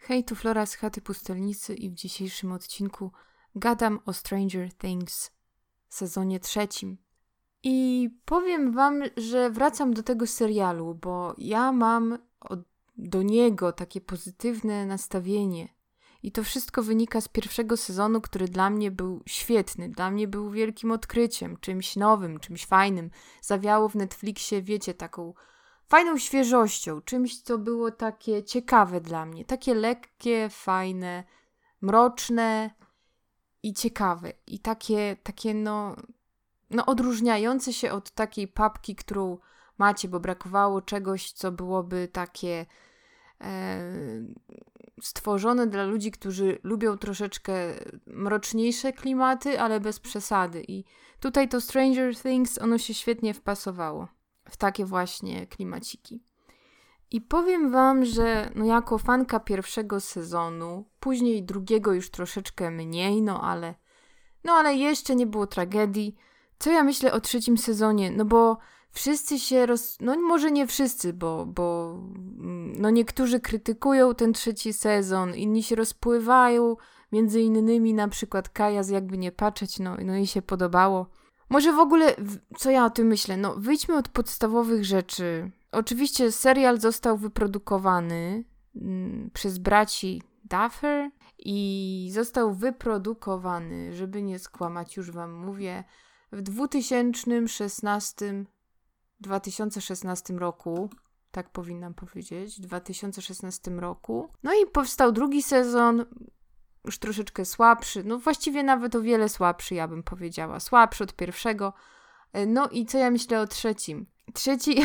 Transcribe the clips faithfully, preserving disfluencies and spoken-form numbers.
Hej, tu Flora z Chaty Pustelnicy i w dzisiejszym odcinku gadam o Stranger Things w sezonie trzecim. I powiem wam, że wracam do tego serialu, bo ja mam od, do niego takie pozytywne nastawienie. I to wszystko wynika z pierwszego sezonu, który dla mnie był świetny, dla mnie był wielkim odkryciem, czymś nowym, czymś fajnym. Zawiało w Netflixie, wiecie, taką fajną świeżością, czymś, co było takie ciekawe dla mnie. Takie lekkie, fajne, mroczne i ciekawe. I takie, takie no, no odróżniające się od takiej papki, którą macie, bo brakowało czegoś, co byłoby takie e, stworzone dla ludzi, którzy lubią troszeczkę mroczniejsze klimaty, ale bez przesady. I tutaj to Stranger Things, ono się świetnie wpasowało w takie właśnie klimaciki. I powiem wam, że no jako fanka pierwszego sezonu, później drugiego już troszeczkę mniej, no ale no ale jeszcze nie było tragedii. Co ja myślę o trzecim sezonie? No bo wszyscy się roz... No może nie wszyscy, bo, bo no niektórzy krytykują ten trzeci sezon, inni się rozpływają, między innymi na przykład Kaja z Jakby nie patrzeć, no, no jej się podobało. Może w ogóle, co ja o tym myślę? No wyjdźmy od podstawowych rzeczy. Oczywiście serial został wyprodukowany mm, przez braci Duffer i został wyprodukowany, żeby nie skłamać, już wam mówię, w dwa tysiące szesnastym dwa tysiące szesnastym roku, tak powinnam powiedzieć, w dwa tysiące szesnastym roku. No i powstał drugi sezon, już troszeczkę słabszy, no właściwie nawet o wiele słabszy, ja bym powiedziała. Słabszy od pierwszego. No i co ja myślę o trzecim? Trzeci,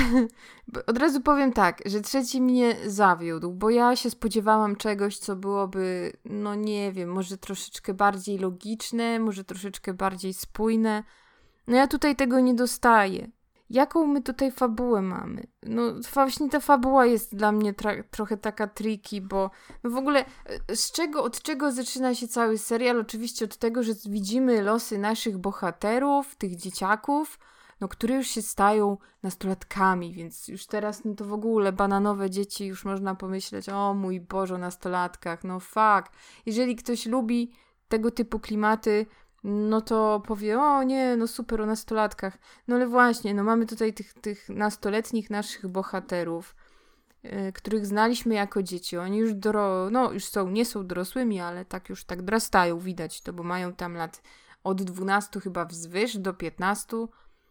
od razu powiem tak, że trzeci mnie zawiódł, bo ja się spodziewałam czegoś, co byłoby, no nie wiem, może troszeczkę bardziej logiczne, może troszeczkę bardziej spójne. No ja tutaj tego nie dostaję. Jaką my tutaj fabułę mamy? No właśnie ta fabuła jest dla mnie tra- trochę taka tricky, bo no w ogóle z czego, od czego zaczyna się cały serial? Oczywiście od tego, że widzimy losy naszych bohaterów, tych dzieciaków, no które już się stają nastolatkami, więc już teraz no to w ogóle bananowe dzieci, już można pomyśleć, o mój Boże, o nastolatkach, no fuck. Jeżeli ktoś lubi tego typu klimaty, no to powie, o nie, no super, o nastolatkach. No ale właśnie, no mamy tutaj tych, tych nastoletnich naszych bohaterów, yy, których znaliśmy jako dzieci. Oni już doro, no już są, nie są dorosłymi, ale tak już tak dorastają, widać to, bo mają tam lat od dwunastu chyba wzwyż do piętnastu.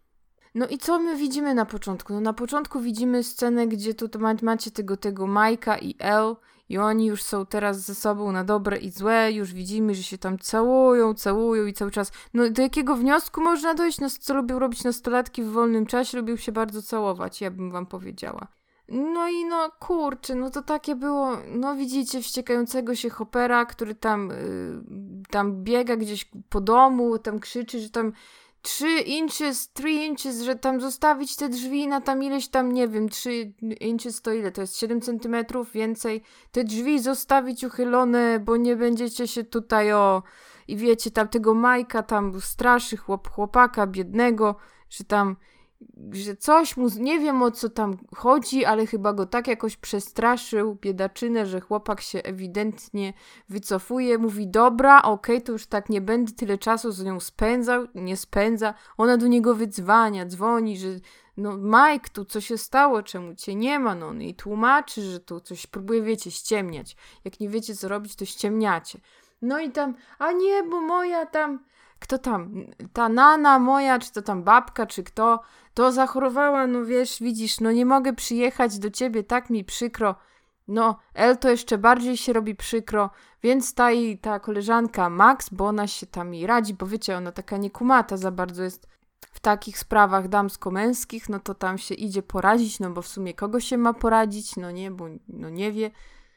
No i co my widzimy na początku? No na początku widzimy scenę, gdzie tu macie tego, tego Majka i Elle i oni już są teraz ze sobą na dobre i złe, już widzimy, że się tam całują, całują i cały czas. No do jakiego wniosku można dojść? No co lubią robić nastolatki w wolnym czasie? Lubią się bardzo całować, ja bym wam powiedziała. No i no kurczę, no to takie było, no widzicie wściekającego się Hoppera, który tam, yy, tam biega gdzieś po domu, tam krzyczy, że tam trzy inches, three inches, że tam zostawić te drzwi na tam ileś tam, nie wiem, trzy inches to ile? To jest siedem centymetrów więcej. Te drzwi zostawić uchylone, bo nie będziecie się tutaj o... I wiecie, tam tego Majka tam straszy chłop, chłopaka biednego, że tam, że coś mu, nie wiem o co tam chodzi, ale chyba go tak jakoś przestraszył, biedaczynę, że chłopak się ewidentnie wycofuje, mówi dobra, okej, okay, to już tak nie będę tyle czasu z nią spędzał, nie spędza, ona do niego wydzwania, dzwoni, że no Mike, tu co się stało, czemu cię nie ma, no on jej tłumaczy, że tu coś próbuje, wiecie, ściemniać, jak nie wiecie co robić, to ściemniacie. No i tam, a nie, bo moja tam... Kto tam? Ta nana moja, czy to tam babka, czy kto? To zachorowała, no wiesz, widzisz, no nie mogę przyjechać do ciebie, tak mi przykro. No, El to jeszcze bardziej się robi przykro, więc ta i ta koleżanka Max, bo ona się tam jej radzi, bo wiecie, ona taka niekumata za bardzo jest w takich sprawach damsko-męskich, no to tam się idzie poradzić, no bo w sumie kogo się ma poradzić, no nie, bo no nie wie.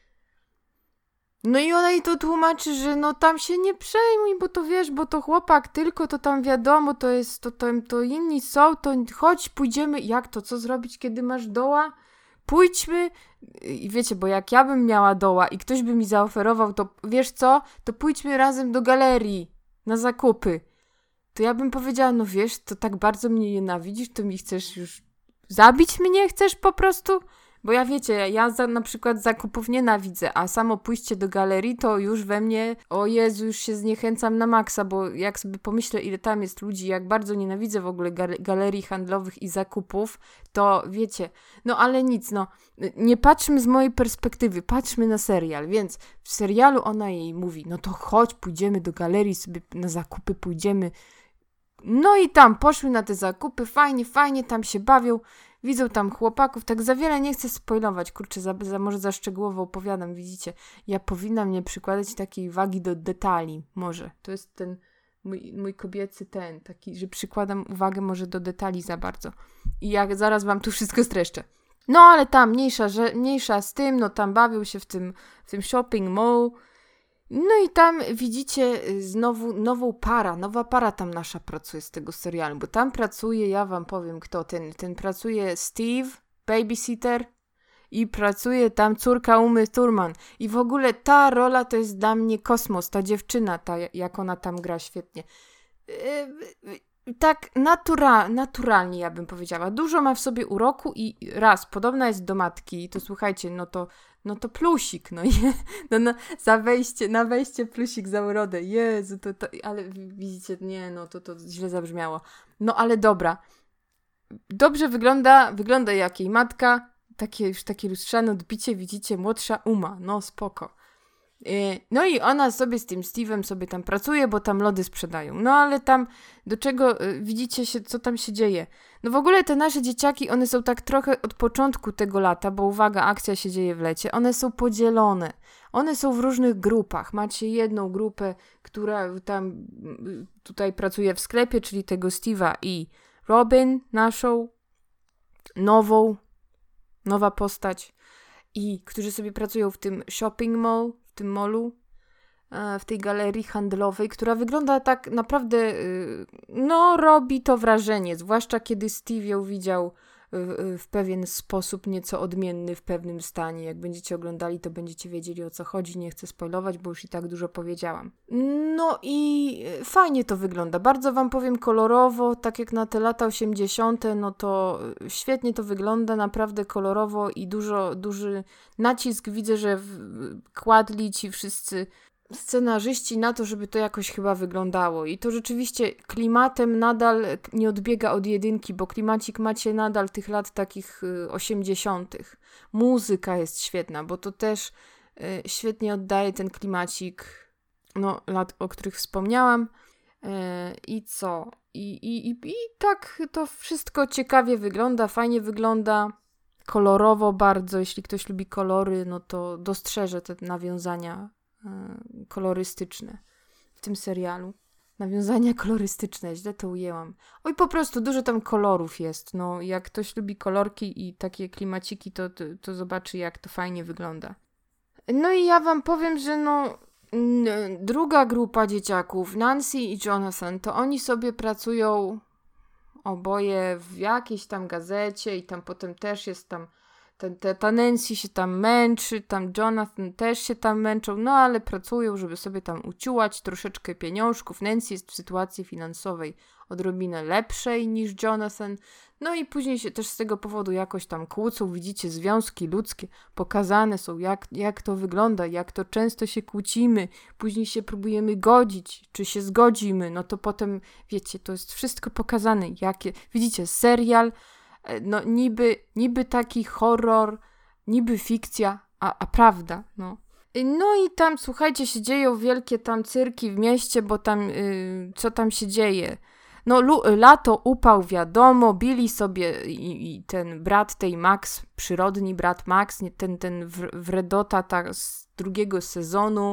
No i ona jej to tłumaczy, że no tam się nie przejmuj, bo to wiesz, bo to chłopak tylko, to tam wiadomo, to jest, to tam, to inni są, to chodź, pójdziemy. Jak to, co zrobić, kiedy masz doła? Pójdźmy, i wiecie, bo jak ja bym miała doła i ktoś by mi zaoferował, to wiesz co, to pójdźmy razem do galerii na zakupy. To ja bym powiedziała, no wiesz, to tak bardzo mnie nienawidzisz, to mi chcesz już zabić mnie, chcesz po prostu? Bo ja wiecie, ja za, na przykład zakupów nienawidzę, a samo pójście do galerii to już we mnie, o Jezu, już się zniechęcam na maksa, bo jak sobie pomyślę, ile tam jest ludzi, jak bardzo nienawidzę w ogóle gal- galerii handlowych i zakupów, to wiecie, no ale nic, no, nie patrzmy z mojej perspektywy, patrzmy na serial, więc w serialu ona jej mówi, no to chodź, pójdziemy do galerii, sobie na zakupy pójdziemy. No i tam poszły na te zakupy, fajnie, fajnie, tam się bawią, widzą tam chłopaków, tak za wiele nie chcę spoilować, kurczę, za, za, może za szczegółowo opowiadam, widzicie, ja powinnam nie przykładać takiej wagi do detali, może, to jest ten mój, mój kobiecy ten, taki, że przykładam uwagę może do detali za bardzo i jak zaraz wam tu wszystko streszczę. No ale tam mniejsza, że, mniejsza z tym, no tam bawią się w tym, w tym shopping mall. No i tam widzicie znowu nową para, nowa para tam nasza pracuje z tego serialu, bo tam pracuje, ja wam powiem kto, ten, ten pracuje Steve, babysitter i pracuje tam córka Umy Thurman i w ogóle ta rola to jest dla mnie kosmos, ta dziewczyna, ta, jak ona tam gra świetnie. Yy, tak natura, naturalnie ja bym powiedziała, dużo ma w sobie uroku i raz, podobna jest do matki, to słuchajcie, no to No to plusik, no nie? No, no za wejście, na wejście plusik za urodę. Jezu, to, to, ale widzicie, nie, no to, to źle zabrzmiało. No ale dobra. Dobrze wygląda, wygląda jak jej matka. Takie już takie lustrzane odbicie, widzicie, młodsza Uma. No spoko. No i ona sobie z tym Steve'em sobie tam pracuje, bo tam lody sprzedają. No ale tam, do czego widzicie się, co tam się dzieje? No w ogóle te nasze dzieciaki, one są tak trochę od początku tego lata, bo uwaga, akcja się dzieje w lecie, one są podzielone. One są w różnych grupach. Macie jedną grupę, która tam tutaj pracuje w sklepie, czyli tego Steve'a i Robin, naszą nową, nowa postać, i którzy sobie pracują w tym shopping mall, w tym mallu, w tej galerii handlowej, która wygląda tak naprawdę, no robi to wrażenie, zwłaszcza kiedy Steve ją widział w, w pewien sposób nieco odmienny, w pewnym stanie. Jak będziecie oglądali, to będziecie wiedzieli, o co chodzi. Nie chcę spoilować, bo już i tak dużo powiedziałam. No i fajnie to wygląda. Bardzo wam powiem kolorowo, tak jak na te lata osiemdziesiąte, no to świetnie to wygląda, naprawdę kolorowo i dużo, duży nacisk widzę, że w, kładli ci wszyscy scenarzyści na to, żeby to jakoś chyba wyglądało. I to rzeczywiście klimatem nadal nie odbiega od jedynki, bo klimacik macie nadal tych lat takich osiemdziesiątych. Muzyka jest świetna, bo to też y, świetnie oddaje ten klimacik no, lat, o których wspomniałam. Y, I co? I, i, i, I tak to wszystko ciekawie wygląda, fajnie wygląda, kolorowo bardzo. Jeśli ktoś lubi kolory, no to dostrzeże te nawiązania kolorystyczne w tym serialu. Nawiązania kolorystyczne, źle to ujęłam. Oj, po prostu dużo tam kolorów jest. No, jak ktoś lubi kolorki i takie klimaciki, to, to, to zobaczy, jak to fajnie wygląda. No i ja wam powiem, że no druga grupa dzieciaków, Nancy i Jonathan, to oni sobie pracują oboje w jakiejś tam gazecie i tam potem też jest tam Ten, te, ta Nancy się tam męczy, tam Jonathan też się tam męczą, no ale pracują, żeby sobie tam uciułać troszeczkę pieniążków. Nancy jest w sytuacji finansowej odrobinę lepszej niż Jonathan, no i później się też z tego powodu jakoś tam kłócą. Widzicie, związki ludzkie pokazane są, jak, jak to wygląda, jak to często się kłócimy, później się próbujemy godzić, czy się zgodzimy, no to potem, wiecie, to jest wszystko pokazane, jakie, widzicie, serial, no niby, niby taki horror, niby fikcja, a, a prawda, no. No i tam, słuchajcie, się dzieją wielkie tam cyrki w mieście, bo tam, yy, co tam się dzieje? No lu- lato, upał, wiadomo, bili sobie i, i ten brat tej Max, przyrodni brat Max, nie, ten, ten w- wredota ta z drugiego sezonu,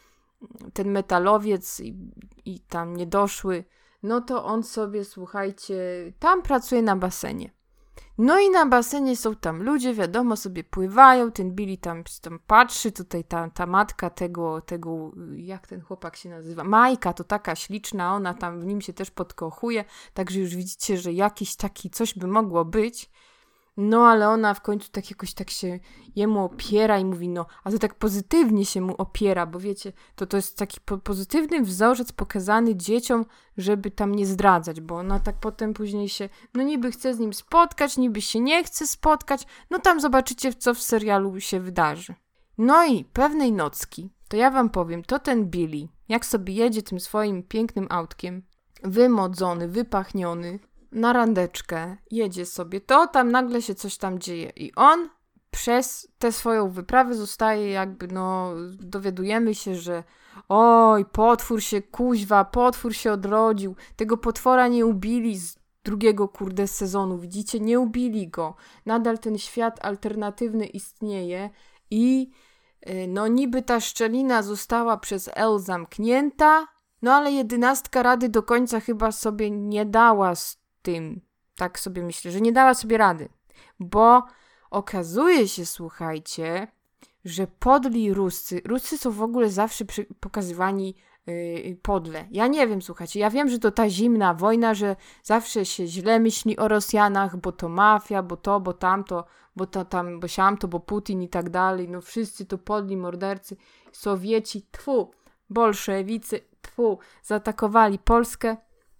ten metalowiec i, i tam niedoszły, no to on sobie, słuchajcie, tam pracuje na basenie. No i na basenie są tam ludzie, wiadomo, sobie pływają, ten Billy tam, tam patrzy, tutaj ta, ta matka tego, tego, jak ten chłopak się nazywa, Majka, to taka śliczna, ona tam w nim się też podkochuje, także już widzicie, że jakiś taki coś by mogło być. No, ale ona w końcu tak jakoś tak się jemu opiera i mówi, no, a to tak pozytywnie się mu opiera, bo wiecie, to to jest taki po- pozytywny wzorzec pokazany dzieciom, żeby tam nie zdradzać, bo ona tak potem później się, no niby chce z nim spotkać, niby się nie chce spotkać, no tam zobaczycie, co w serialu się wydarzy. No i pewnej nocki, to ja wam powiem, to ten Billy, jak sobie jedzie tym swoim pięknym autkiem, wymodzony, wypachniony, na randeczkę, jedzie sobie, to tam nagle się coś tam dzieje i on przez tę swoją wyprawę zostaje jakby, no, dowiadujemy się, że oj, potwór się, kuźwa, potwór się odrodził, tego potwora nie ubili z drugiego, kurde, sezonu, widzicie, nie ubili go, nadal ten świat alternatywny istnieje i no niby ta szczelina została przez El zamknięta, no ale jedenastka rady do końca chyba sobie nie dała z tym, tak sobie myślę, że nie dała sobie rady, bo okazuje się, słuchajcie, że podli Ruscy, Ruscy są w ogóle zawsze przy, pokazywani yy, podle. Ja nie wiem, słuchajcie, ja wiem, że to ta zimna wojna, że zawsze się źle myśli o Rosjanach, bo to mafia, bo to, bo tamto, bo to tam, bo siamto, bo Putin i tak dalej, no wszyscy to podli mordercy, Sowieci, tfu, bolszewicy, tfu, zaatakowali Polskę,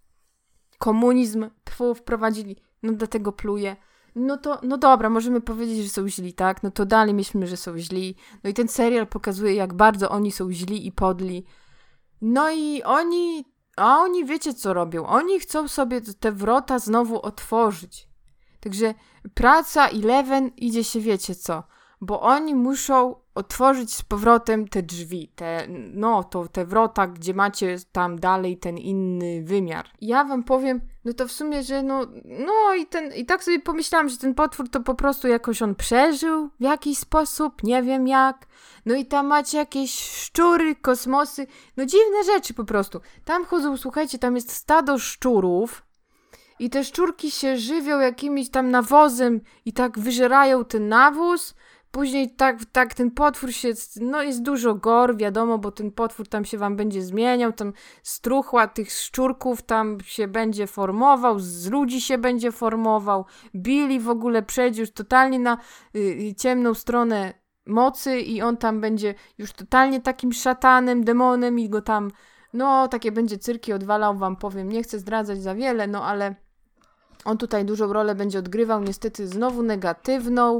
komunizm, tfu, wprowadzili, no dlatego pluje. No to, no dobra, możemy powiedzieć, że są źli, tak? No to dalej myślmy, że są źli. No i ten serial pokazuje, jak bardzo oni są źli i podli. No i oni, a oni wiecie, co robią? Oni chcą sobie te wrota znowu otworzyć. Także praca Eleven idzie się, wiecie co? Bo oni muszą otworzyć z powrotem te drzwi, te, no to te wrota, gdzie macie tam dalej ten inny wymiar. Ja wam powiem, no to w sumie, że no, no i ten, i tak sobie pomyślałam, że ten potwór to po prostu jakoś on przeżył w jakiś sposób, nie wiem jak. No i tam macie jakieś szczury, kosmosy, no dziwne rzeczy po prostu. Tam chodzą, słuchajcie, tam jest stado szczurów, i te szczurki się żywią jakimś tam nawozem i tak wyżerają ten nawóz. Później tak, tak ten potwór się, no jest dużo gor, wiadomo, bo ten potwór tam się wam będzie zmieniał, tam struchła tych szczurków tam się będzie formował, z ludzi się będzie formował. Billy w ogóle przejdzie już totalnie na y, ciemną stronę mocy i on tam będzie już totalnie takim szatanem, demonem i go tam, no takie będzie cyrki odwalał, wam powiem, nie chcę zdradzać za wiele, no ale on tutaj dużą rolę będzie odgrywał, niestety znowu negatywną.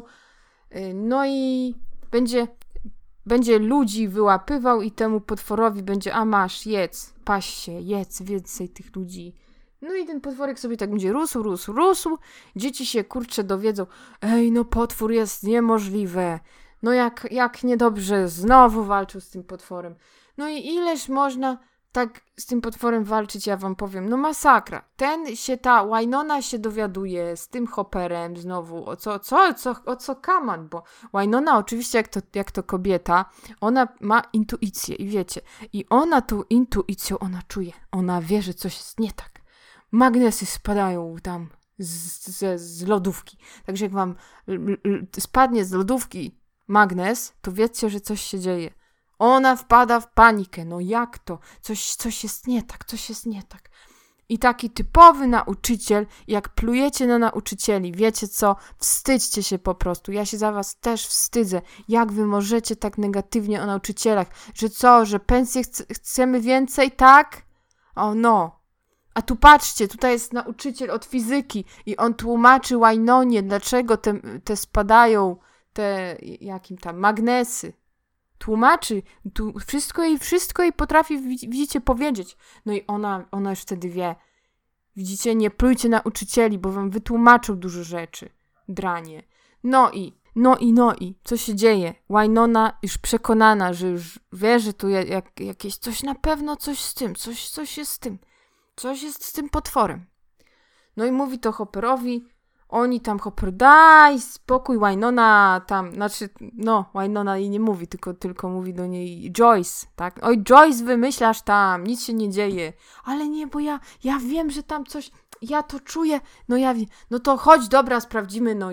No i będzie, będzie ludzi wyłapywał i temu potworowi będzie, a masz, jedz, paś się, jedz więcej tych ludzi. No i ten potworek sobie tak będzie rósł, rósł, rósł. Dzieci się, kurczę, dowiedzą, ej, no potwór jest niemożliwe. No jak, jak niedobrze, znowu walczył z tym potworem. No i ileż można tak z tym potworem walczyć, ja wam powiem, no masakra. Ten się, ta Wynonna się dowiaduje z tym Hopperem znowu, o co, co, co, o co kaman, bo Wynonna oczywiście jak to, jak to kobieta, ona ma intuicję i wiecie, i ona tą intuicją, ona czuje, ona wie, że coś jest nie tak. Magnesy spadają tam z, z, z lodówki, także jak wam l, l, spadnie z lodówki magnes, to wiecie, że coś się dzieje. Ona wpada w panikę. No jak to? Coś, coś jest nie tak, coś jest nie tak. I taki typowy nauczyciel, jak plujecie na nauczycieli, wiecie co? Wstydźcie się po prostu. Ja się za was też wstydzę. Jak wy możecie tak negatywnie o nauczycielach? Że co? Że pensję chc- chcemy więcej, tak? O no. A tu patrzcie, tutaj jest nauczyciel od fizyki i on tłumaczy Wynonnie, dlaczego te, te spadają, te jakim tam magnesy. Tłumaczy, tu wszystko jej, wszystko jej potrafi, widzicie, powiedzieć. No i ona, ona już wtedy wie. Widzicie, nie plujcie nauczycieli, bo wam wytłumaczą dużo rzeczy. Dranie. No i, no i, no i, co się dzieje? Wynonna już przekonana, że już wie, że tu jak, jakieś coś na pewno, coś z tym, coś, coś jest z tym. Coś jest z tym potworem. No i mówi to Hopperowi. Oni tam, Hopper, daj spokój, Wynonna tam, znaczy, no, Wynonna jej nie mówi, tylko, tylko mówi do niej Joyce, tak? Oj, Joyce, wymyślasz tam, nic się nie dzieje. Ale nie, bo ja, ja wiem, że tam coś, ja to czuję, no ja wiem, no to chodź, dobra, sprawdzimy, no już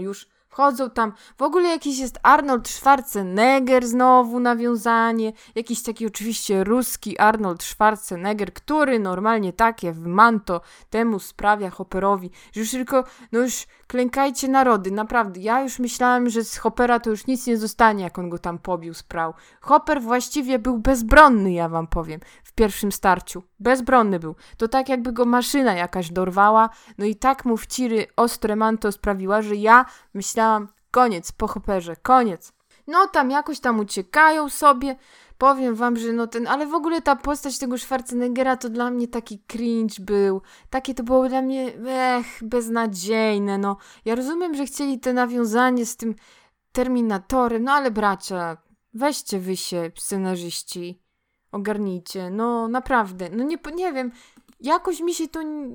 Wchodzą tam, w ogóle jakiś jest Arnold Schwarzenegger znowu nawiązanie, jakiś taki oczywiście ruski Arnold Schwarzenegger, który normalnie takie w manto temu sprawia Hopperowi, że już tylko, no już klękajcie narody, naprawdę, ja już myślałem, że z Hoppera to już nic nie zostanie, jak on go tam pobił, sprał. Hopper właściwie był bezbronny, ja wam powiem, w pierwszym starciu, bezbronny był, to tak jakby go maszyna jakaś dorwała, no i tak mu wciry ostre manto sprawiła, że ja myślałam, koniec po Hopperze, koniec. No tam jakoś tam uciekają sobie, powiem wam, że no ten, ale w ogóle ta postać tego Schwarzeneggera to dla mnie taki cringe był, takie to było dla mnie, ech, beznadziejne, no. Ja rozumiem, że chcieli te nawiązanie z tym Terminatorem, no ale bracia, weźcie wy się, scenarzyści, ogarnijcie, no naprawdę, no nie, nie wiem, jakoś mi się to,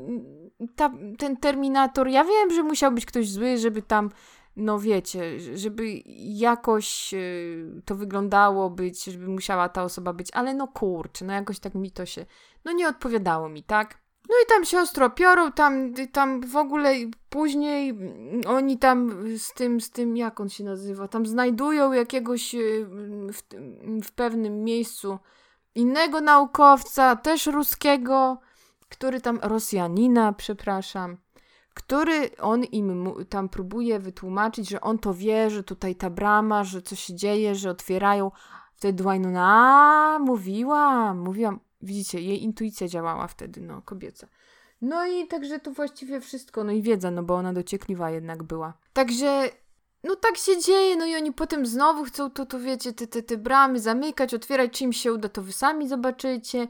ta, ten Terminator, ja wiem, że musiał być ktoś zły, żeby tam, no wiecie, żeby jakoś y, to wyglądało być, żeby musiała ta osoba być, ale no kurczę, no jakoś tak mi to się, no nie odpowiadało mi, tak? No i tam siostro piorą, tam, tam w ogóle później oni tam z tym, z tym, jak on się nazywa, tam znajdują jakiegoś y, w, w pewnym miejscu innego naukowca, też ruskiego, który tam, Rosjanina, przepraszam, który on im mu, tam próbuje wytłumaczyć, że on to wie, że tutaj ta brama, że coś się dzieje, że otwierają. Wtedy Wynona, a mówiłam, mówiłam, widzicie, jej intuicja działała wtedy, no, kobieca. No i także to właściwie wszystko, no i wiedza, no bo ona dociekliwa jednak była. Także, no tak się dzieje, no i oni potem znowu chcą to, to wiecie, te, te, te bramy zamykać, otwierać, czym się uda, to wy sami zobaczycie.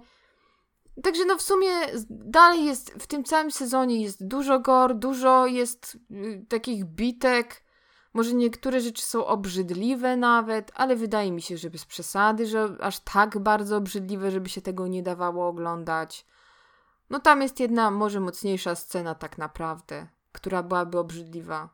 Także no w sumie dalej jest, w tym całym sezonie jest dużo gore, dużo jest y, takich bitek, może niektóre rzeczy są obrzydliwe nawet, ale wydaje mi się, że bez przesady, że aż tak bardzo obrzydliwe, żeby się tego nie dawało oglądać. No tam jest jedna może mocniejsza scena tak naprawdę, która byłaby obrzydliwa,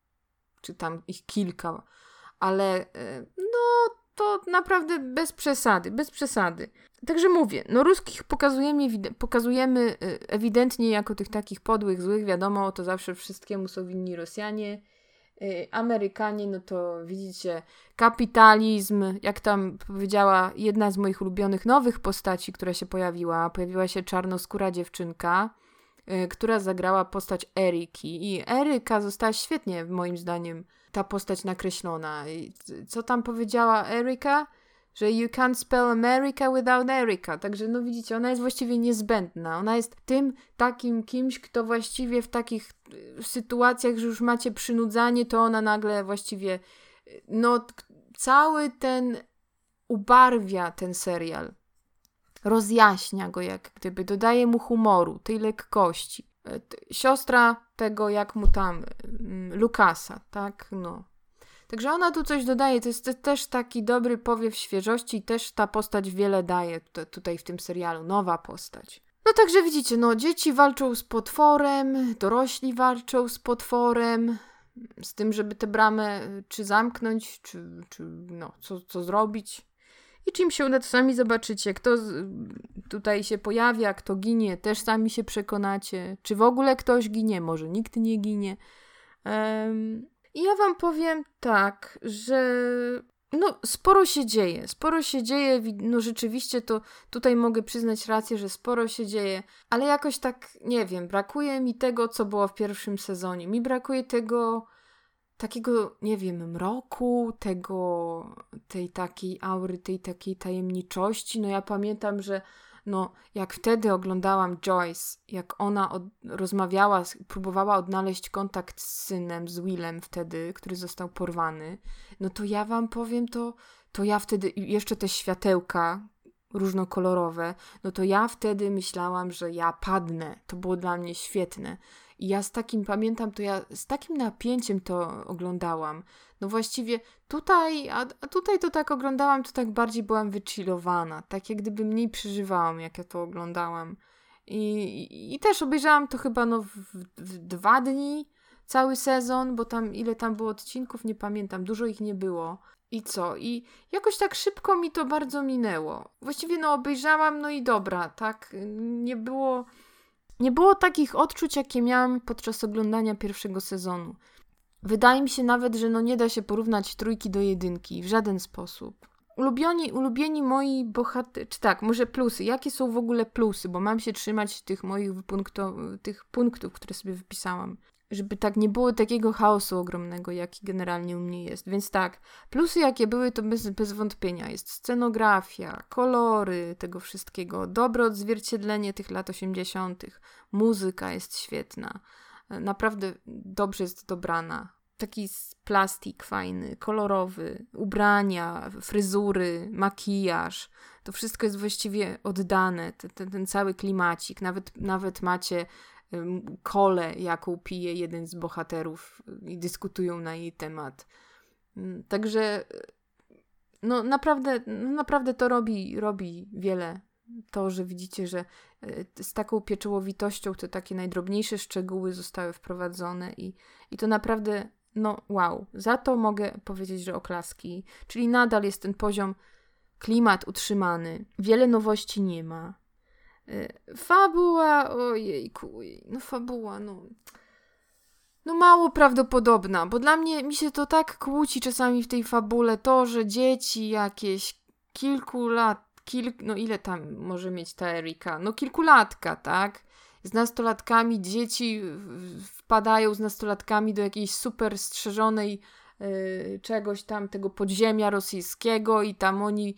czy tam ich kilka, ale y, no to naprawdę bez przesady, bez przesady. Także mówię, no ruskich pokazujemy, pokazujemy ewidentnie jako tych takich podłych, złych, wiadomo, to zawsze wszystkiemu są winni Rosjanie. Amerykanie, no to widzicie, kapitalizm, jak tam powiedziała jedna z moich ulubionych nowych postaci, która się pojawiła, pojawiła się czarnoskóra dziewczynka, która zagrała postać Eryki i Eryka została świetnie, moim zdaniem, ta postać nakreślona. I co tam powiedziała Eryka? Że you can't spell America without Erica. Także no widzicie, ona jest właściwie niezbędna. Ona jest tym takim kimś, kto właściwie w takich sytuacjach, że już macie przynudzanie, to ona nagle właściwie no cały ten ubarwia ten serial. Rozjaśnia go jak gdyby, dodaje mu humoru, tej lekkości. Siostra tego, jak mu tam, Lukasa, tak? No. Także ona tu coś dodaje, to jest też taki dobry powiew świeżości i też ta postać wiele daje t- tutaj w tym serialu, nowa postać. No także widzicie, no dzieci walczą z potworem, dorośli walczą z potworem, z tym, żeby tę bramę czy zamknąć, czy, czy no, co, co zrobić. I czym się uda, to sami zobaczycie, kto z, tutaj się pojawia, kto ginie, też sami się przekonacie. Czy w ogóle ktoś ginie, może nikt nie ginie. Um, I ja wam powiem tak, że no sporo się dzieje, sporo się dzieje, no rzeczywiście to tutaj mogę przyznać rację, że sporo się dzieje, ale jakoś tak, nie wiem, brakuje mi tego, co było w pierwszym sezonie. Mi brakuje tego takiego, nie wiem, mroku, tego, tej takiej aury, tej takiej tajemniczości. No ja pamiętam, że no jak wtedy oglądałam Joyce, jak ona od, rozmawiała, próbowała odnaleźć kontakt z synem, z Willem wtedy, który został porwany, no to ja wam powiem, to, to ja wtedy, jeszcze te światełka różnokolorowe, no to ja wtedy myślałam, że ja padnę. To było dla mnie świetne. I ja z takim, pamiętam, to ja z takim napięciem to oglądałam. No właściwie tutaj, a, a tutaj to tak oglądałam, to tak bardziej byłam wychillowana. Tak jak gdyby mniej przeżywałam, jak ja to oglądałam. I, i, i też obejrzałam to chyba no w, w dwa dni, cały sezon, bo tam, ile tam było odcinków, nie pamiętam, dużo ich nie było. I co? I jakoś tak szybko mi to bardzo minęło. Właściwie no obejrzałam, no i dobra, tak? Nie było... Nie było takich odczuć, jakie miałam podczas oglądania pierwszego sezonu. Wydaje mi się nawet, że no nie da się porównać trójki do jedynki w żaden sposób. Ulubieni, ulubieni moi bohaterowie, czy tak, może plusy. Jakie są w ogóle plusy? Bo mam się trzymać tych moich wypunkto- tych punktów, które sobie wypisałam. Żeby tak nie było takiego chaosu ogromnego, jaki generalnie u mnie jest. Więc tak, plusy jakie były, to bez, bez wątpienia jest scenografia, kolory tego wszystkiego, dobre odzwierciedlenie tych lat osiemdziesiątych, muzyka jest świetna, naprawdę dobrze jest dobrana. Taki plastik fajny, kolorowy, ubrania, fryzury, makijaż. To wszystko jest właściwie oddane, ten, ten, ten cały klimacik. Nawet, nawet macie um, kolę, jaką pije jeden z bohaterów i dyskutują na jej temat. Także no naprawdę, no naprawdę to robi, robi wiele. To, że widzicie, że z taką pieczołowitością te takie najdrobniejsze szczegóły zostały wprowadzone i, i to naprawdę, no wow, za to mogę powiedzieć, że oklaski. Czyli nadal jest ten poziom, klimat utrzymany, wiele nowości nie ma. Fabuła, ojejku, no fabuła, no... No mało prawdopodobna, bo dla mnie, mi się to tak kłóci czasami w tej fabule, to, że dzieci jakieś kilku lat, Kilk, no ile tam może mieć ta Erika? No kilkulatka, tak? Z nastolatkami dzieci wpadają z nastolatkami do jakiejś super strzeżonej yy, czegoś tam, tego podziemia rosyjskiego i tam oni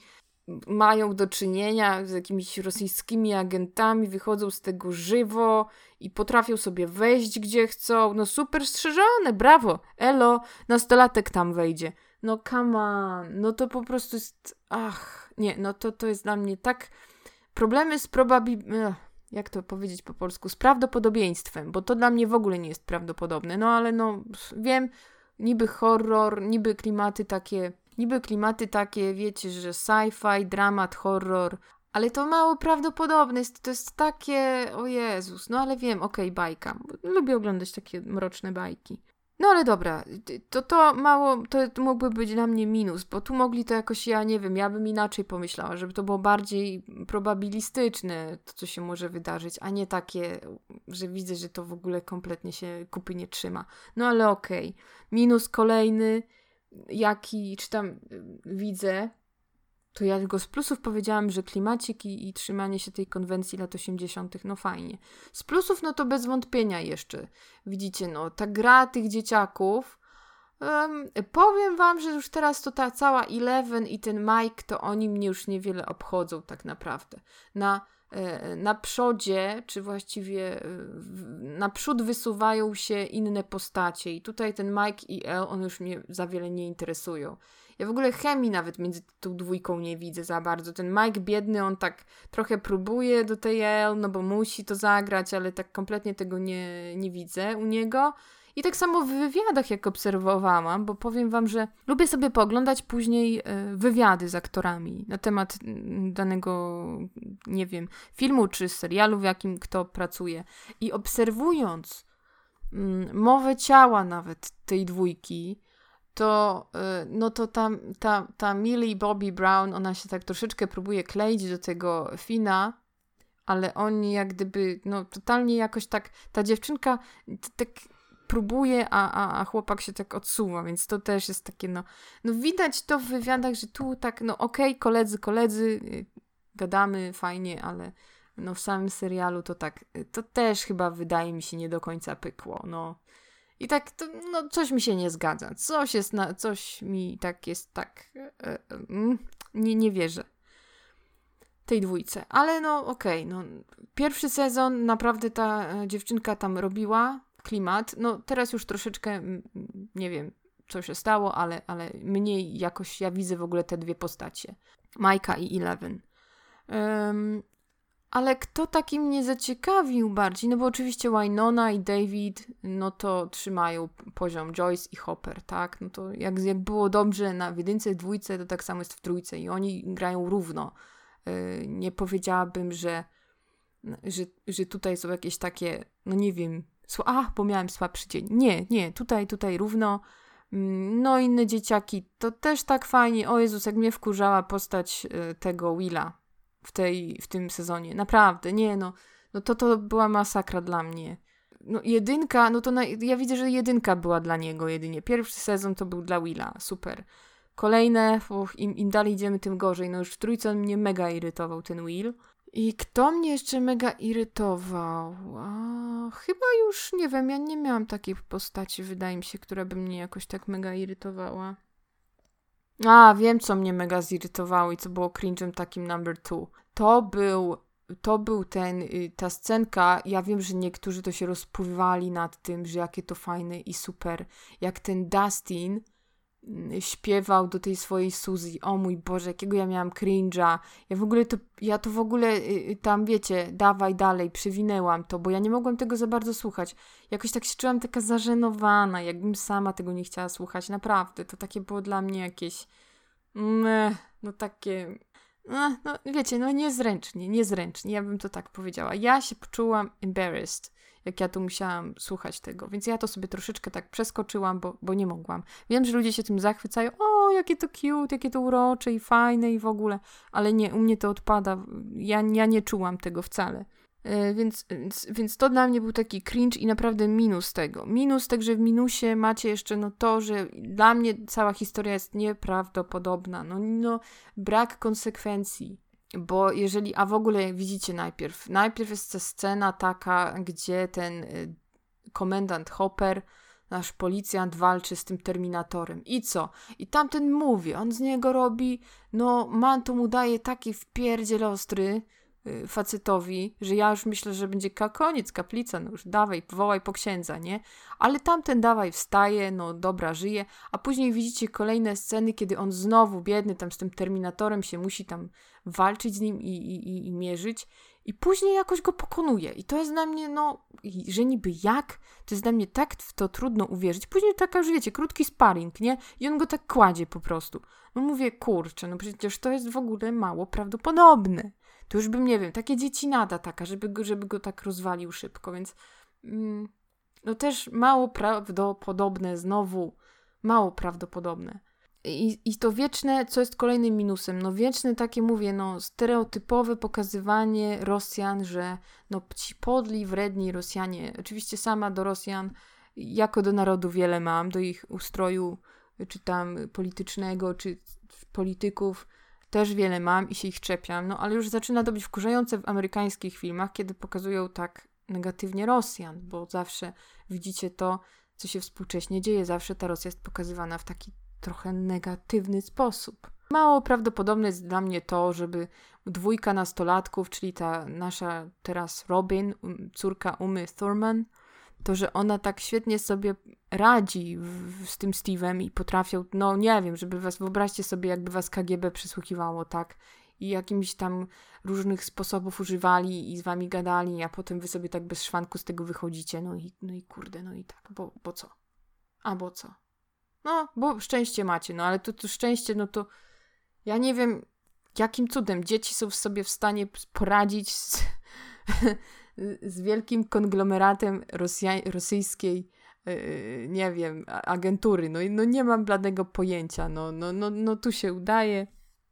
mają do czynienia z jakimiś rosyjskimi agentami, wychodzą z tego żywo i potrafią sobie wejść gdzie chcą. No super strzeżone, brawo, elo, nastolatek tam wejdzie. No come on, no to po prostu jest, ach, nie, no to, to jest dla mnie tak, problemy z probabi... jak to powiedzieć po polsku, z prawdopodobieństwem, bo to dla mnie w ogóle nie jest prawdopodobne, no ale no, wiem, niby horror, niby klimaty takie, niby klimaty takie, wiecie, że sci-fi, dramat, horror, ale to mało prawdopodobne jest, to jest takie, o Jezus, no ale wiem, okej, okay, bajka, lubię oglądać takie mroczne bajki. No ale dobra, to to mało, to mógłby być dla mnie minus, bo tu mogli to jakoś, ja nie wiem, ja bym inaczej pomyślała, żeby to było bardziej probabilistyczne, to co się może wydarzyć, a nie takie, że widzę, że to w ogóle kompletnie się kupy nie trzyma. No ale okej. Okay. Minus kolejny, jaki, czy tam widzę, to ja tylko z plusów powiedziałam, że klimacik i, i trzymanie się tej konwencji lat osiemdziesiątych, no fajnie. Z plusów, no to bez wątpienia jeszcze. Widzicie, no ta gra tych dzieciaków, um, powiem wam, że już teraz to ta cała Eleven i ten Mike, to oni mnie już niewiele obchodzą tak naprawdę. Na, e, na przodzie, czy właściwie e, naprzód wysuwają się inne postacie i tutaj ten Mike i Elle, one już mnie za wiele nie interesują. Ja w ogóle chemii nawet między tą dwójką nie widzę za bardzo. Ten Mike biedny, on tak trochę próbuje do tej Elle, no bo musi to zagrać, ale tak kompletnie tego nie, nie widzę u niego. I tak samo w wywiadach, jak obserwowałam, bo powiem wam, że lubię sobie pooglądać później wywiady z aktorami na temat danego, nie wiem, filmu czy serialu, w jakim kto pracuje. I obserwując mm, mowę ciała nawet tej dwójki, to, no to ta, ta, ta Millie Bobby Brown, ona się tak troszeczkę próbuje kleić do tego Fina, ale oni jak gdyby, no totalnie jakoś tak, ta dziewczynka tak próbuje, a, a, a chłopak się tak odsuwa, więc to też jest takie, no, no widać to w wywiadach, że tu tak, no okej, okay, koledzy, koledzy, gadamy fajnie, ale no w samym serialu to tak, to też chyba wydaje mi się nie do końca pykło, no. I tak, to, no coś mi się nie zgadza. Coś jest, na, coś mi tak jest, tak, e, e, nie, nie wierzę tej dwójce. Ale no okej, okay, no pierwszy sezon naprawdę ta dziewczynka tam robiła klimat. No teraz już troszeczkę, nie wiem, co się stało, ale, ale mniej jakoś ja widzę w ogóle te dwie postacie. Majka i Eleven. Um, Ale kto taki mnie zaciekawił bardziej? No bo oczywiście Wynonna i David, no to trzymają poziom Joyce i Hopper, tak? No to jak, jak było dobrze na w jedynce i dwójce, to tak samo jest w trójce i oni grają równo. Yy, nie powiedziałabym, że, że, że tutaj są jakieś takie, no nie wiem, sła- a, bo miałem słabszy dzień. Nie, nie, tutaj, tutaj równo. No inne dzieciaki, to też tak fajnie. O Jezus, jak mnie wkurzała postać yy, tego Willa. W, tej, w tym sezonie. Naprawdę, nie no. No to to była masakra dla mnie. no jedynka, no to na, ja widzę, że jedynka była dla niego jedynie. Pierwszy sezon to był dla Willa, super. Kolejne, uch, im, im dalej idziemy, tym gorzej. No już w trójce on mnie mega irytował, ten Will. I kto mnie jeszcze mega irytował? A, chyba już, nie wiem, ja nie miałam takiej postaci, wydaje mi się, która by mnie jakoś tak mega irytowała. A, wiem, co mnie mega zirytowało i co było cringe'em takim number two. To był, to był ten, ta scenka, ja wiem, że niektórzy to się rozpływali nad tym, że jakie to fajne i super. Jak ten Dustin śpiewał do tej swojej Suzy. O mój Boże, jakiego ja miałam cringe'a. Ja w ogóle to, ja to w ogóle y, tam, wiecie, dawaj dalej, przewinęłam to, bo ja nie mogłam tego za bardzo słuchać. Jakoś tak się czułam taka zażenowana, jakbym sama tego nie chciała słuchać. Naprawdę, to takie było dla mnie jakieś meh, no takie no, no wiecie, no niezręcznie, niezręcznie, ja bym to tak powiedziała. Ja się poczułam embarrassed, jak ja tu musiałam słuchać tego, więc ja to sobie troszeczkę tak przeskoczyłam, bo, bo nie mogłam. Wiem, że ludzie się tym zachwycają, o, jakie to cute, jakie to urocze i fajne i w ogóle, ale nie, u mnie to odpada, ja, ja nie czułam tego wcale. Yy, więc, więc, więc to dla mnie był taki cringe i naprawdę minus tego. Minus także w minusie macie jeszcze no to, że dla mnie cała historia jest nieprawdopodobna. No, no brak konsekwencji. Bo jeżeli, a w ogóle widzicie najpierw, najpierw jest ta scena taka, gdzie ten y, komendant Hopper, nasz policjant walczy z tym Terminatorem. I co? I tamten mówi, on z niego robi, no man to mu daje taki wpierdziel ostry y, facetowi, że ja już myślę, że będzie ka- koniec, kaplica, no już dawaj, wołaj po księdza, nie? Ale tamten dawaj wstaje, no dobra, żyje, a później widzicie kolejne sceny, kiedy on znowu, biedny, tam z tym Terminatorem się musi tam walczyć z nim i, i, i mierzyć i później jakoś go pokonuje. I to jest dla mnie, no, że niby jak, to jest dla mnie tak w to trudno uwierzyć. Później taka, już wiecie, krótki sparring, nie? I on go tak kładzie po prostu. No mówię, kurczę, no przecież to jest w ogóle mało prawdopodobne. To już bym, nie wiem, takie dziecinada taka, żeby go, żeby go tak rozwalił szybko, więc mm, no też mało prawdopodobne znowu, mało prawdopodobne. I, I to wieczne, co jest kolejnym minusem, no wieczne takie, mówię, no stereotypowe pokazywanie Rosjan, że no ci podli, wredni Rosjanie, oczywiście sama do Rosjan jako do narodu wiele mam, do ich ustroju, czy tam politycznego, czy polityków też wiele mam i się ich czepiam, no ale już zaczyna to być wkurzające w amerykańskich filmach, kiedy pokazują tak negatywnie Rosjan, bo zawsze widzicie to, co się współcześnie dzieje, zawsze ta Rosja jest pokazywana w taki trochę negatywny sposób. Mało prawdopodobne jest dla mnie to, żeby dwójka nastolatków, czyli ta nasza teraz Robin, córka Umy Thurman, to, że ona tak świetnie sobie radzi w, w, z tym Steve'em i potrafią, no nie wiem, żeby was, wyobraźcie sobie, jakby was K G B przysłuchiwało, tak? I jakimiś tam różnych sposobów używali i z wami gadali, a potem wy sobie tak bez szwanku z tego wychodzicie. No i, no i kurde, no i tak, bo, bo co? A bo co? No, bo szczęście macie, no ale to, to szczęście, no to ja nie wiem, jakim cudem dzieci są sobie w stanie poradzić z, z wielkim konglomeratem Rosja- rosyjskiej, yy, nie wiem, agentury. No, no nie mam bladego pojęcia, no, no, no, no tu się udaje.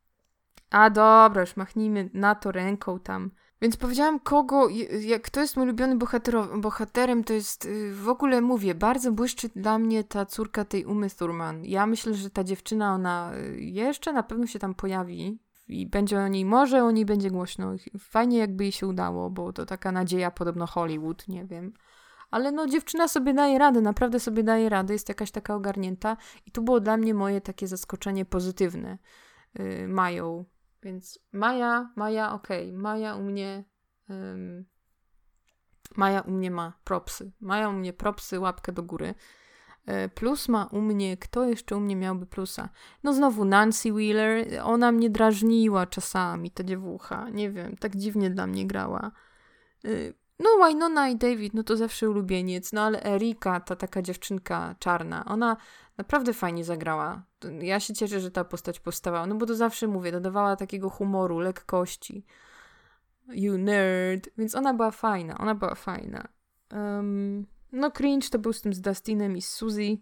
A dobra, już machnijmy na to ręką tam. Więc powiedziałam, kogo, jak, kto jest mój ulubiony bohater, bohaterem, to jest, w ogóle mówię, bardzo błyszczy dla mnie ta córka tej Umy Thurman. Ja myślę, że ta dziewczyna, ona jeszcze na pewno się tam pojawi i będzie o niej, może o niej będzie głośno. Fajnie jakby jej się udało, bo to taka nadzieja podobno Hollywood, nie wiem. Ale no dziewczyna sobie daje radę, naprawdę sobie daje radę, jest jakaś taka ogarnięta i tu było dla mnie moje takie zaskoczenie pozytywne. Yy, mają. Więc Maja, Maja, okej, okay. Maja u mnie um, Maja u mnie ma propsy. Maja u mnie propsy, łapkę do góry. E, plus ma u mnie, kto jeszcze u mnie miałby plusa? No znowu Nancy Wheeler, ona mnie drażniła czasami, ta dziewucha, nie wiem, tak dziwnie dla mnie grała. E, no Wynona i David, no to zawsze ulubieniec, no ale Erika, ta taka dziewczynka czarna, ona naprawdę fajnie zagrała. Ja się cieszę, że ta postać powstała, no bo to zawsze mówię, dodawała takiego humoru, lekkości. You nerd. Więc ona była fajna, ona była fajna. Um, no cringe to był z tym z Dustinem i z Suzy.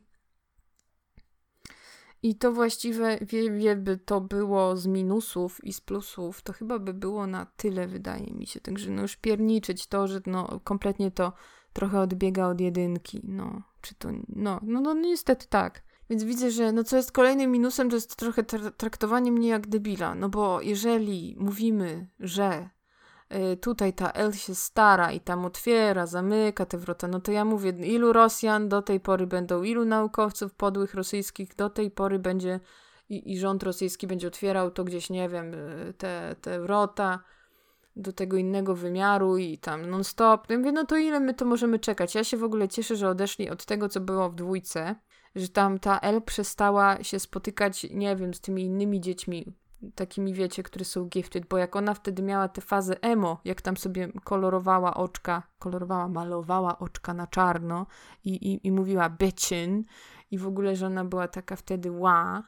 I to właściwie, wie, by to było z minusów i z plusów, to chyba by było na tyle, wydaje mi się. Także no już pierniczyć to, że no kompletnie to trochę odbiega od jedynki, no, czy to, no, no, no niestety tak. Więc widzę, że no co jest kolejnym minusem, to jest trochę tra- traktowanie mnie jak debila, no bo jeżeli mówimy, że y, tutaj ta El się stara i tam otwiera, zamyka te wrota, no to ja mówię, ilu Rosjan do tej pory będą, ilu naukowców podłych rosyjskich do tej pory będzie i, i rząd rosyjski będzie otwierał to gdzieś, nie wiem, y, te, te wrota do tego innego wymiaru i tam non-stop. Ja mówię, no to ile my to możemy czekać? Ja się w ogóle cieszę, że odeszli od tego, co było w dwójce, że tam ta El przestała się spotykać, nie wiem, z tymi innymi dziećmi, takimi wiecie, które są gifted, bo jak ona wtedy miała tę fazę emo, jak tam sobie kolorowała oczka, kolorowała, malowała oczka na czarno i, i, i mówiła bitchin i w ogóle, że ona była taka wtedy ła,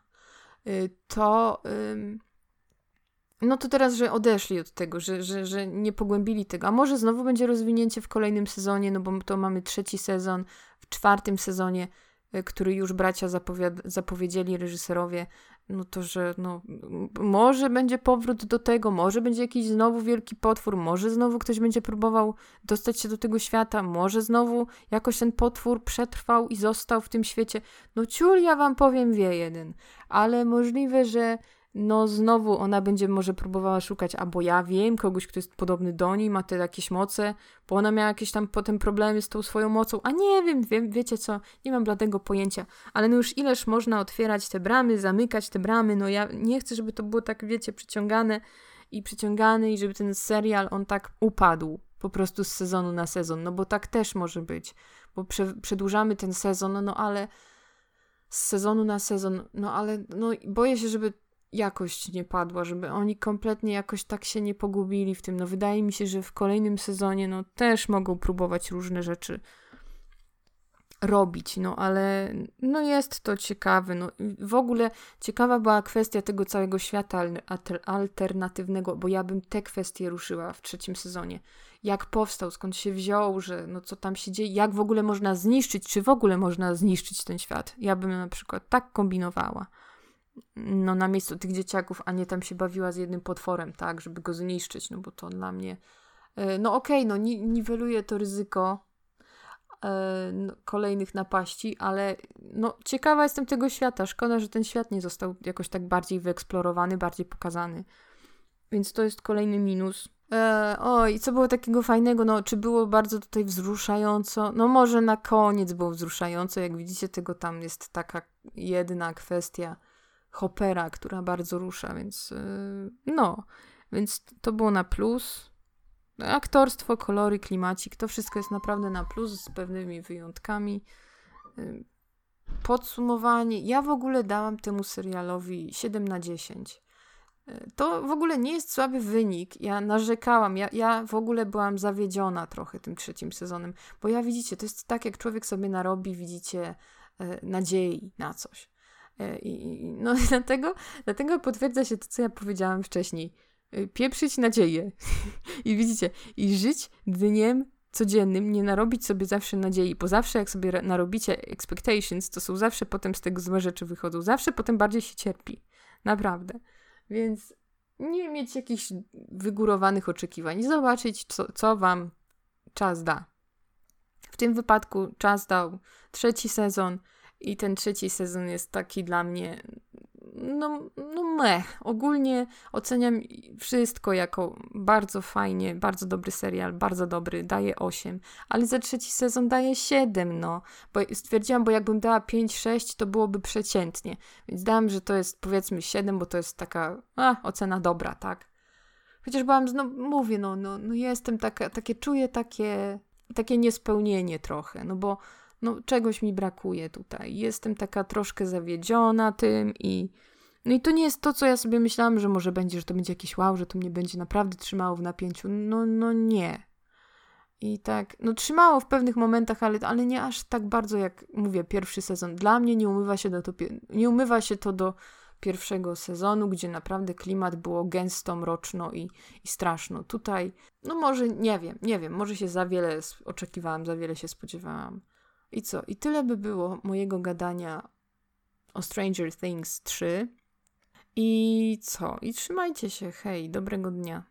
to... Ym, no to teraz, że odeszli od tego, że, że, że nie pogłębili tego. A może znowu będzie rozwinięcie w kolejnym sezonie, no bo to mamy trzeci sezon, w czwartym sezonie, który już bracia zapowiad- zapowiedzieli reżyserowie, no to, że no, może będzie powrót do tego, może będzie jakiś znowu wielki potwór, może znowu ktoś będzie próbował dostać się do tego świata, może znowu jakoś ten potwór przetrwał i został w tym świecie. No ciul, ja wam powiem, wie jeden, ale możliwe, że no znowu ona będzie może próbowała szukać, albo ja wiem, kogoś, kto jest podobny do niej, ma te jakieś moce, bo ona miała jakieś tam potem problemy z tą swoją mocą, a nie wiem, wiem, wiecie co, nie mam bladego pojęcia, ale no już ileż można otwierać te bramy, zamykać te bramy, no ja nie chcę, żeby to było tak, wiecie, przyciągane i przyciągane i żeby ten serial, on tak upadł po prostu z sezonu na sezon, no bo tak też może być, bo prze, przedłużamy ten sezon, no, no ale z sezonu na sezon, no ale no boję się, żeby jakość nie padła, żeby oni kompletnie jakoś tak się nie pogubili w tym. No wydaje mi się, że w kolejnym sezonie no też mogą próbować różne rzeczy robić, no ale no jest to ciekawe. No, w ogóle ciekawa była kwestia tego całego świata alter- alternatywnego, bo ja bym te kwestie ruszyła w trzecim sezonie. Jak powstał, skąd się wziął, że no co tam się dzieje, jak w ogóle można zniszczyć, czy w ogóle można zniszczyć ten świat. Ja bym na przykład tak kombinowała. No na miejscu tych dzieciaków, a nie tam się bawiła z jednym potworem, tak, żeby go zniszczyć, no bo to dla mnie no okej, okay, no ni- niweluje to ryzyko e, no, kolejnych napaści, ale no ciekawa jestem tego świata, szkoda, że ten świat nie został jakoś tak bardziej wyeksplorowany, bardziej pokazany, więc to jest kolejny minus. E, oj, co było takiego fajnego, no czy było bardzo tutaj wzruszająco, no może na koniec było wzruszająco, jak widzicie tego tam jest taka jedna kwestia Hoppera, która bardzo rusza, więc yy, no, więc to było na plus. Aktorstwo, kolory, klimacik, to wszystko jest naprawdę na plus z pewnymi wyjątkami. Yy, podsumowanie, ja w ogóle dałam temu serialowi siedem na dziesięć. Yy, to w ogóle nie jest słaby wynik, ja narzekałam, ja, ja w ogóle byłam zawiedziona trochę tym trzecim sezonem, bo ja widzicie, to jest tak, jak człowiek sobie narobi, widzicie, yy, nadziei na coś. I, no i dlatego, dlatego potwierdza się to, co ja powiedziałam wcześniej. Pieprzyć nadzieję. I widzicie, i żyć dniem codziennym, nie narobić sobie zawsze nadziei, bo zawsze jak sobie narobicie expectations, to są zawsze potem z tego złe rzeczy wychodzą. Zawsze potem bardziej się cierpi. Naprawdę. Więc nie mieć jakichś wygórowanych oczekiwań. Zobaczyć, co, co wam czas da. W tym wypadku czas dał trzeci sezon. I ten trzeci sezon jest taki dla mnie, no, no meh. Ogólnie oceniam wszystko jako bardzo fajnie, bardzo dobry serial, bardzo dobry, daję osiem. Ale za trzeci sezon daję siedem, no. Bo stwierdziłam, bo jakbym dała pięć sześć, to byłoby przeciętnie. Więc dałam, że to jest powiedzmy siedem, bo to jest taka a, ocena dobra, tak? Chociaż byłam, no mówię, no, no, no jestem taka, takie, czuję takie, takie niespełnienie trochę, no bo no czegoś mi brakuje tutaj. Jestem taka troszkę zawiedziona tym i no i to nie jest to, co ja sobie myślałam, że może będzie, że to będzie jakieś wow, że to mnie będzie naprawdę trzymało w napięciu. No, no nie. I tak, no trzymało w pewnych momentach, ale, ale nie aż tak bardzo jak, mówię, pierwszy sezon. Dla mnie nie umywa się, do to, nie umywa się to do pierwszego sezonu, gdzie naprawdę klimat było gęsto, mroczno i, i straszno. Tutaj, no może, nie wiem, nie wiem, może się za wiele oczekiwałam, za wiele się spodziewałam. I co? I tyle by było mojego gadania o Stranger Things trzy. I co? I trzymajcie się. Hej, dobrego dnia.